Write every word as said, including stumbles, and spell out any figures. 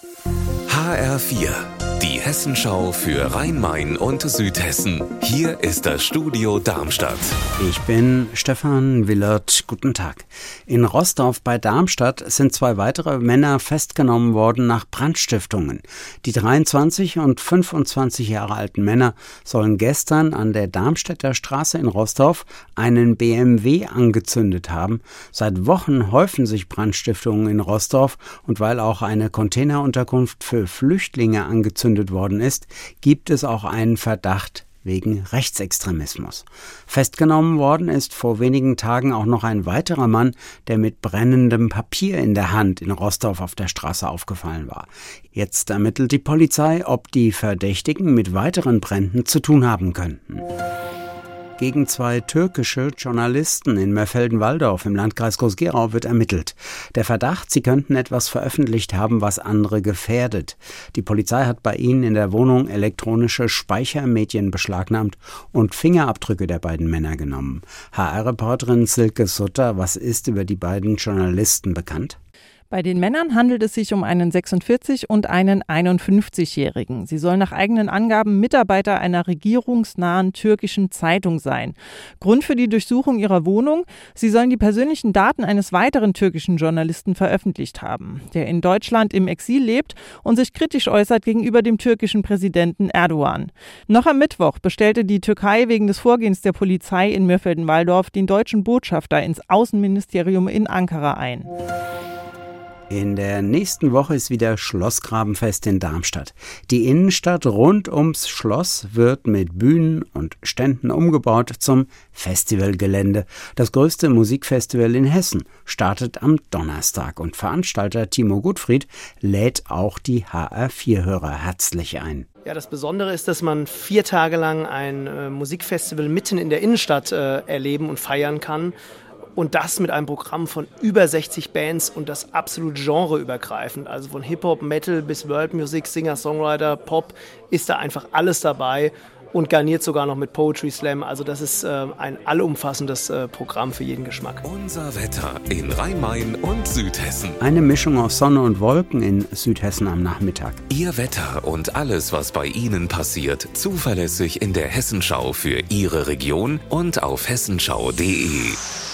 H R vier, die Hessenschau für Rhein-Main und Südhessen. Hier ist das Studio Darmstadt. Ich bin Stefan Willert. Guten Tag. In Rostorf bei Darmstadt sind zwei weitere Männer festgenommen worden nach Brandstiftungen. Die dreiundzwanzig und fünfundzwanzig Jahre alten Männer sollen gestern an der Darmstädter Straße in Rostorf einen B M W angezündet haben. Seit Wochen häufen sich Brandstiftungen in Rostorf, und weil auch eine Containerunterkunft für Flüchtlinge angezündet worden ist, gibt es auch einen Verdacht wegen Rechtsextremismus. Festgenommen worden ist vor wenigen Tagen auch noch ein weiterer Mann, der mit brennendem Papier in der Hand in Rostorf auf der Straße aufgefallen war. Jetzt ermittelt die Polizei, ob die Verdächtigen mit weiteren Bränden zu tun haben könnten. Gegen zwei türkische Journalisten in Mörfelden-Walldorf im Landkreis Groß-Gerau wird ermittelt. Der Verdacht, sie könnten etwas veröffentlicht haben, was andere gefährdet. Die Polizei hat bei ihnen in der Wohnung elektronische Speichermedien beschlagnahmt und Fingerabdrücke der beiden Männer genommen. H R-Reporterin Silke Sutter, was ist über die beiden Journalisten bekannt? Bei den Männern handelt es sich um einen sechsundvierzig- und einen einundfünfzigjährigen. Sie sollen nach eigenen Angaben Mitarbeiter einer regierungsnahen türkischen Zeitung sein. Grund für die Durchsuchung ihrer Wohnung: sie sollen die persönlichen Daten eines weiteren türkischen Journalisten veröffentlicht haben, der in Deutschland im Exil lebt und sich kritisch äußert gegenüber dem türkischen Präsidenten Erdogan. Noch am Mittwoch bestellte die Türkei wegen des Vorgehens der Polizei in Mörfelden-Walldorf den deutschen Botschafter ins Außenministerium in Ankara ein. In der nächsten Woche ist wieder Schlossgrabenfest in Darmstadt. Die Innenstadt rund ums Schloss wird mit Bühnen und Ständen umgebaut zum Festivalgelände. Das größte Musikfestival in Hessen startet am Donnerstag, und Veranstalter Timo Gutfried lädt auch die H R vier Hörer herzlich ein. Ja, das Besondere ist, dass man vier Tage lang ein äh, Musikfestival mitten in der Innenstadt äh, erleben und feiern kann. Und das mit einem Programm von über sechzig Bands und das absolut genreübergreifend. Also von Hip-Hop, Metal bis World Music, Singer, Songwriter, Pop ist da einfach alles dabei und garniert sogar noch mit Poetry Slam. Also das ist äh, ein allumfassendes äh, Programm für jeden Geschmack. Unser Wetter in Rhein-Main und Südhessen. Eine Mischung aus Sonne und Wolken in Südhessen am Nachmittag. Ihr Wetter und alles, was bei Ihnen passiert, zuverlässig in der Hessenschau für Ihre Region und auf hessenschau punkt de.